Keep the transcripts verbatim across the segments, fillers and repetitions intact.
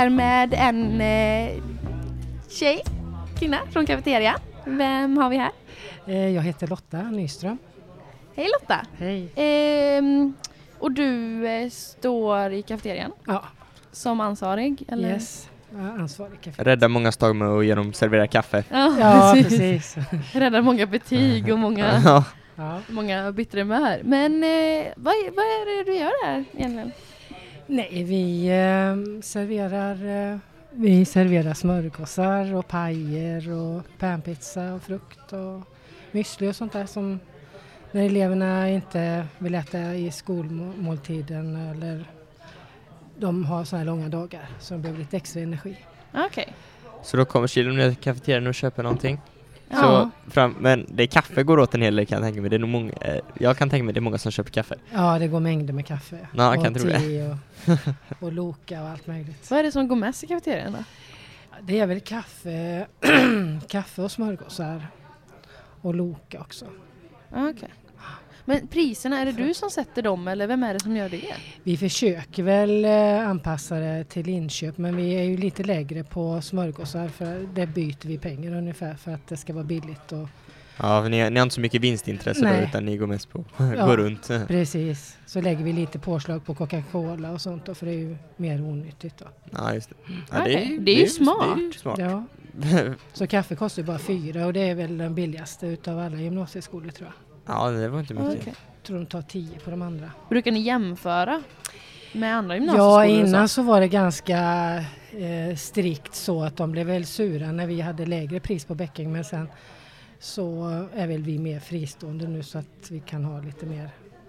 här med en eh, tjej, kvinna från kafeterian. Vem har vi här? Eh, jag heter Lotta Nyström. Hej Lotta. Hej. Ehm, och du eh, står i kafeterian? Ja. Som ansvarig? Eller? Yes, ja, ansvarig kafeterian. Rädda många stag med att ge dem servera kaffe. Ja, Ja, precis. precis. Räddar många betyg och många, Ja. Ja. många bittra humör. Men eh, vad, vad är det du gör här egentligen? Nej, vi eh, serverar eh, vi serverar smörgåsar och pajer och panpizza och frukt och müsli och sånt där som när eleverna inte vill äta i skolmåltiden eller de har såna här långa dagar så de behöver lite extra energi. Okej. Okay. Så då kommer Kilon ner till kafeterian och köper någonting. Ja. Så fram, men det kaffe går åt en hel del kan jag tänka mig. Det är nog många, eh, jag kan tänka mig det är många som köper kaffe. Ja, det går mängder med kaffe. Ja, och kan tro te och, och loka och allt möjligt. Vad är det som går mest i kafeterian då? Det är väl kaffe, kaffe och smörgåsar och loka också. Okej. Okay. Men priserna, är det du som sätter dem eller vem är det som gör det? Vi försöker väl eh, anpassa det till inköp men vi är ju lite lägre på smörgåsar för det byter vi pengar ungefär för att det ska vara billigt. Och ja, för ni, ni har inte så mycket vinstintresse då, utan ni går mest på ja, gå runt. Precis, så lägger vi lite påslag på Coca-Cola och sånt då, för det är ju mer onyttigt då. Ja, just det. Ja, okay. det, är, det är ju smart. Det är smart. Ja. Så kaffe kostar ju bara fyra och det är väl den billigaste utav alla gymnasieskolor tror jag. Ja, det var inte mycket. Okay. Jag tror de tar tio på de andra. Brukar ni jämföra med andra gymnasieskolor? Ja, innan så? så var det ganska eh, strikt så att de blev väl sura när vi hade lägre pris på Bäcking, men sen så är väl vi mer fristående nu så att vi kan ha lite mer.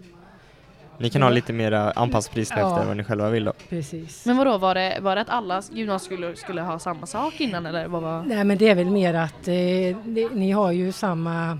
Ni kan ha lite mer anpasspriser ja, efter vad ni själva vill då. Precis. Men vadå, var det, var det att alla gymnasieskolor skulle ha samma sak innan eller vad var? Nej, men det är väl mer att eh, det, ni har ju samma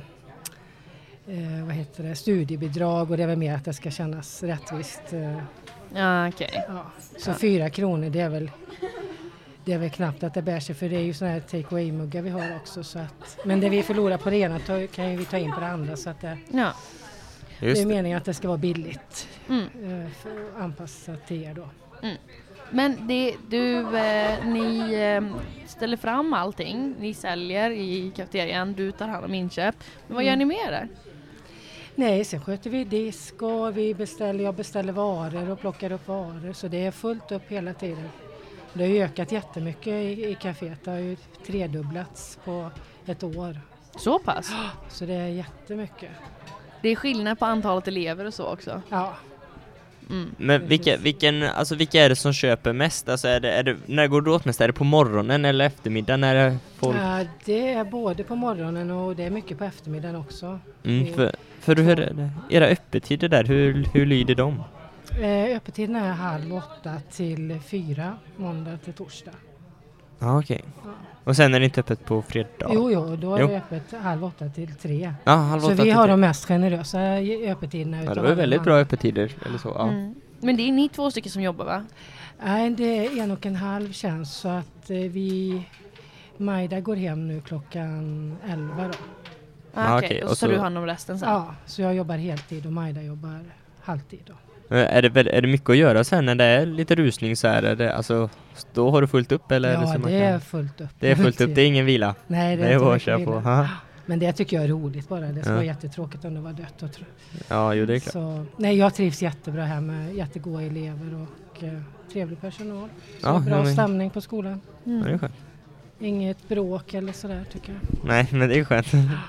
eh, vad heter det, studiebidrag och det är väl mer att det ska kännas rättvist. Eh, ja, okej. Okay. Ja. Så ja. fyra kronor det är väl det är väl knappt att det bär sig för det är ju såna här take-away-muggar vi har också så att, men det vi förlorar på det ena ta, kan ju vi ta in på det andra så att det, ja. det är meningen att det ska vara billigt mm. eh, för att anpassa till er då. Mm. Men det, du, eh, ni eh, ställer fram allting, ni säljer i kafeterian, du tar hand om inköp. Men vad mm. gör ni mer där? Nej, sen sköter vi disk och vi beställer, jag beställer varor och plockar upp varor så det är fullt upp hela tiden. Det har ju ökat jättemycket i, i kaféet, det har ju tredubblats på ett år. Så pass? Så det är jättemycket. Det är skillnad på antalet elever och så också? Ja. Mm. Men vilka, vilken, alltså vilka är det som köper mest? Alltså är det, är det, när går det åt mest? Är det på morgonen eller eftermiddagen? När det folk? Ja, det är både på morgonen och det är mycket på eftermiddagen också. Mm, för för hur är det? Era öppettider där, hur, hur lyder de? Eh, öppetiden är halv åtta till fyra, måndag till torsdag. Ah, okej. Okay. Ja. Och sen är det inte öppet på fredag? Jo, jo, då är jo. det öppet halv åtta till tre. Ja, halv så åtta vi till har tre. de mest generösa öppettiderna. Ja, det var väldigt bra öppettider eller så. Ja. Mm. Men det är ni två stycken som jobbar va? Nej, det är en och en halv tjänst så att eh, vi... Majda går hem nu klockan elva då. Ah, okej, okay. Och så tar du hand om resten sen? Ja, så jag jobbar heltid och Majda jobbar halvtid då. Är det, är det mycket att göra sen när det är lite rusning så här? Är det, alltså, då har du fullt upp? Eller ja, är det, så det kan... är fullt upp. Det är fullt upp, det är ingen vila? Nej, det, det är bara att köra på. Ha? Men det tycker jag är roligt bara. Det ska ja. vara jättetråkigt om det var dött. Och tro. Ja, jo, det är klart. Så, nej, jag trivs jättebra här med jättegoda elever och eh, trevlig personal. Så ja, bra men... stämning på skolan. Mm. Ja, det är skönt. Inget bråk eller sådär tycker jag. Nej, men det är skönt.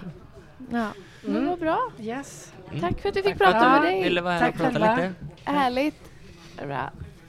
Ja, men mm. vad bra. Yes. Mm. Tack för att du fick Tack prata med dig. Ville vara här Tack och prata själva. lite. Härligt. Bra.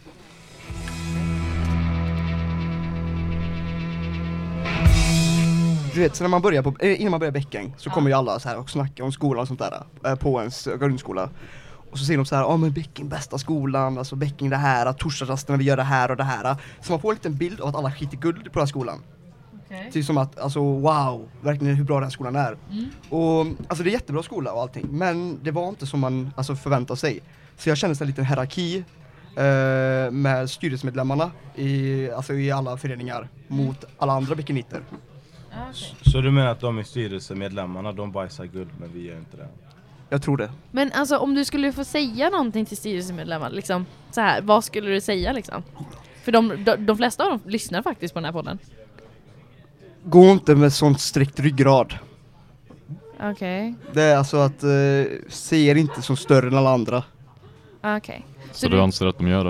Du vet, så när man börjar på, innan man börjar Bäcking så ja. kommer ju alla så här och snackar om skolan och sånt där på ens grundskola. Och så säger de så här, ja oh, men Bäcking bästa skolan, alltså Bäcking det här, att torsdagsrasten vi gör det här och det här. Så man får en liten bild av att alla skiter guld på den här skolan. Okay. Typ som att, alltså wow, verkligen hur bra den här skolan är. Mm. Och alltså det är jättebra skola och allting, men det var inte som man alltså, förväntade sig. Så jag kände en liten hierarki eh, med styrelsemedlemmarna i, alltså, i alla föreningar mot alla andra Bäckingiter. Okay. Så, så du menar att de är styrelsemedlemmarna, de bajsar guld men vi gör inte det? Jag tror det. Men alltså om du skulle få säga någonting till styrelsemedlemmar liksom, så här, vad skulle du säga liksom? För de, de, de flesta av dem lyssnar faktiskt på den här podden. Gå inte med sånt strikt ryggrad. Okej. Okay. Det är alltså att eh, se er inte som större än alla andra. Okej. Okay. Så, så du anser att de gör det?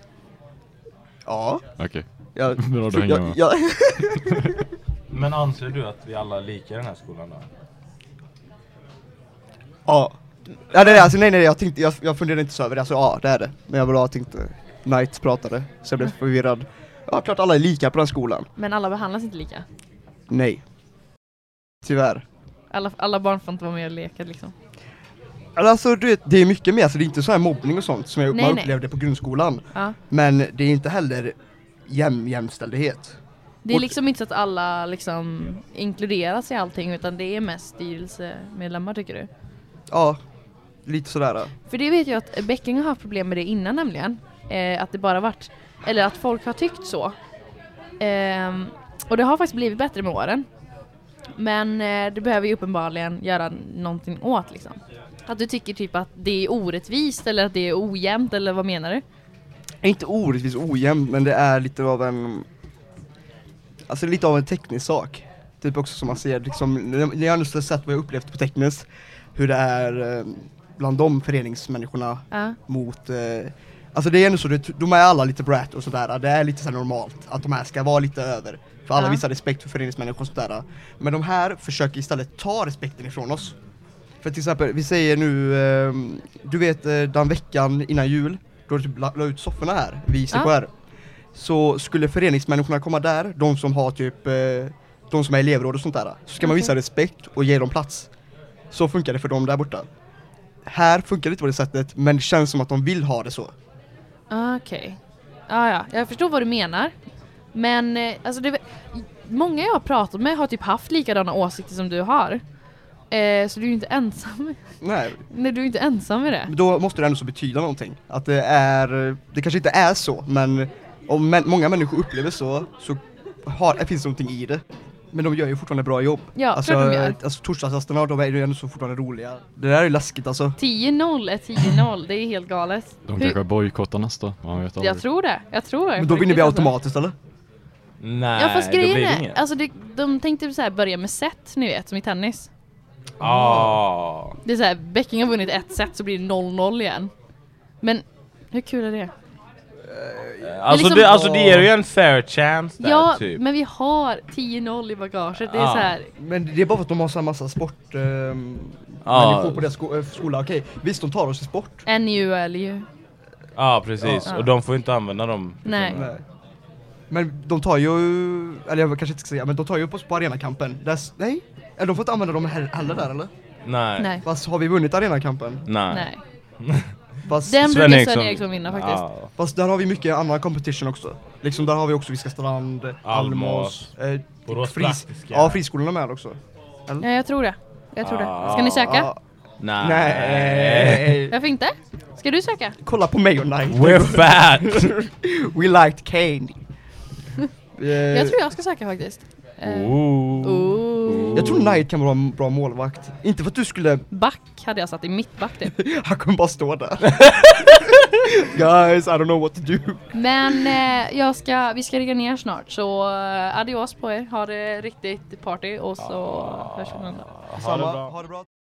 Ja. Okej. Okay. Ja, Bra, du hänger med. Ja, Men anser du att vi alla är lika i den här skolan då? ja. Ja, det är alltså nej nej jag tänkte jag jag funderade inte så över det. Alltså ja, det är det. Men jag bara tänkte Knight pratade så jag blev förvirrad. Ja, klart alla är lika på den skolan. Men alla behandlas inte lika. Nej. Tyvärr. Alla alla barn får inte vara med och leka liksom. Alltså du vet, det är mycket mer så det är inte så här mobbning och sånt som jag nej, man nej. upplevde på grundskolan. Ja. Men det är inte heller jäm, jämställdhet. Det är och liksom inte så att alla liksom inkluderas i allting utan det är mest styrelsemedlemmar tycker du? Ja, lite sådär. För det vet jag att Bäcking har haft problem med det innan nämligen. Eh, att det bara varit, eller att folk har tyckt så. Eh, och det har faktiskt blivit bättre med åren. Men eh, det behöver ju uppenbarligen göra någonting åt liksom. Att du tycker typ att det är orättvist eller att det är ojämnt eller vad menar du? Inte orättvist ojämnt men det är lite av en alltså lite av en teknisk sak. Typ också som man ser liksom, ni har just sett vad jag upplevt på tekniskt hur det är eh, bland de föreningsmänniskorna Ja. mot eh, alltså det är ändå så det, de är alla lite brat och sådär. Det är lite så här normalt att de här ska vara lite över. För alla Ja. visar respekt för föreningsmänniskor och sådär. Men de här försöker istället ta respekten ifrån oss. För till exempel, vi säger nu eh, du vet eh, den veckan innan jul då du typ la, la ut sofforna här vid C K R. Ja. Så skulle föreningsmänniskorna komma där, de som har typ eh, de som är elevråd och sånt där, så ska man visa respekt och ge dem plats. Så funkar det för dem där borta. Här funkar det inte på det sättet, men det känns som att de vill ha det så. Okej. Okay. Ah, ja, jag förstår vad du menar. Men eh, alltså det, många jag har pratat med har typ haft likadana åsikter som du har. Eh, så du är ju inte ensam. Nej. Nej, du är inte ensam med det. Men då måste det ändå så betyda någonting. Att det är, det kanske inte är så, men om mä- många människor upplever så, så har, det finns någonting i det. Men de gör ju fortfarande bra jobb. Ja, alltså, klart de gör. Alltså torsdagsgästerna, de är ju ändå så fortfarande roliga. Det där är ju läskigt alltså. tio noll är tio noll, det är helt galet. De Hur? kanske bojkottar nästa, man vet aldrig. Jag tror det, jag tror det. Men då vinner vi automatiskt eller? Nej, Ja fast då blir grejen det är, inget. alltså det, de tänkte så här börja med set, ni vet, som i tennis. Ah. Det är så här, Bäcking har vunnit ett set så blir det noll noll igen. Men hur kul är det? Alltså, liksom- det, alltså det ger ju en fair chance där Ja, typ. men vi har tio noll i bagaget. Det är Ja. så här. Men det är bara för att de har så här massa sport um, Ja. människor på deras sko- äh, skola. Okej, visst de tar oss i sport. N U L U. Ja, precis. Ja. Och de får inte använda dem. Nej. Nej. Men de tar ju, eller jag kanske inte ska säga, men de tar ju på, på arenakampen. Där, nej, eller de får inte använda dem he- heller där eller? Nej. Nej. Fast har vi vunnit arenakampen? Nej. Nej. Fast, Den Sven brukar Eriksson- Sven Eriksson vinna faktiskt. Ja. fast där har vi mycket annan competition också. Liksom där har vi också Viska Strand, Almås, eh, Borås fris- Praktiska. Ja, friskolorna med också. Ja, jag tror det. Jag tror Ah. det. Ska ni söka? Ja. Nej. Nej. Varför inte? Ska du söka? Kolla på mig och Knight. We're fat. We liked candy. Eh, Jag tror jag ska söka faktiskt. Eh, Ooh. oh. jag tror Knight kan vara en bra målvakt. Inte för att du skulle, Back hade jag satt i mittback typ. han kommer bara stå där. Guys, I don't know what to do. Men eh, jag ska, vi ska rigga ner snart. Så eh, adios på er. Ha det riktigt party och så hörs vi nästa. Ha det bra. Ha det bra.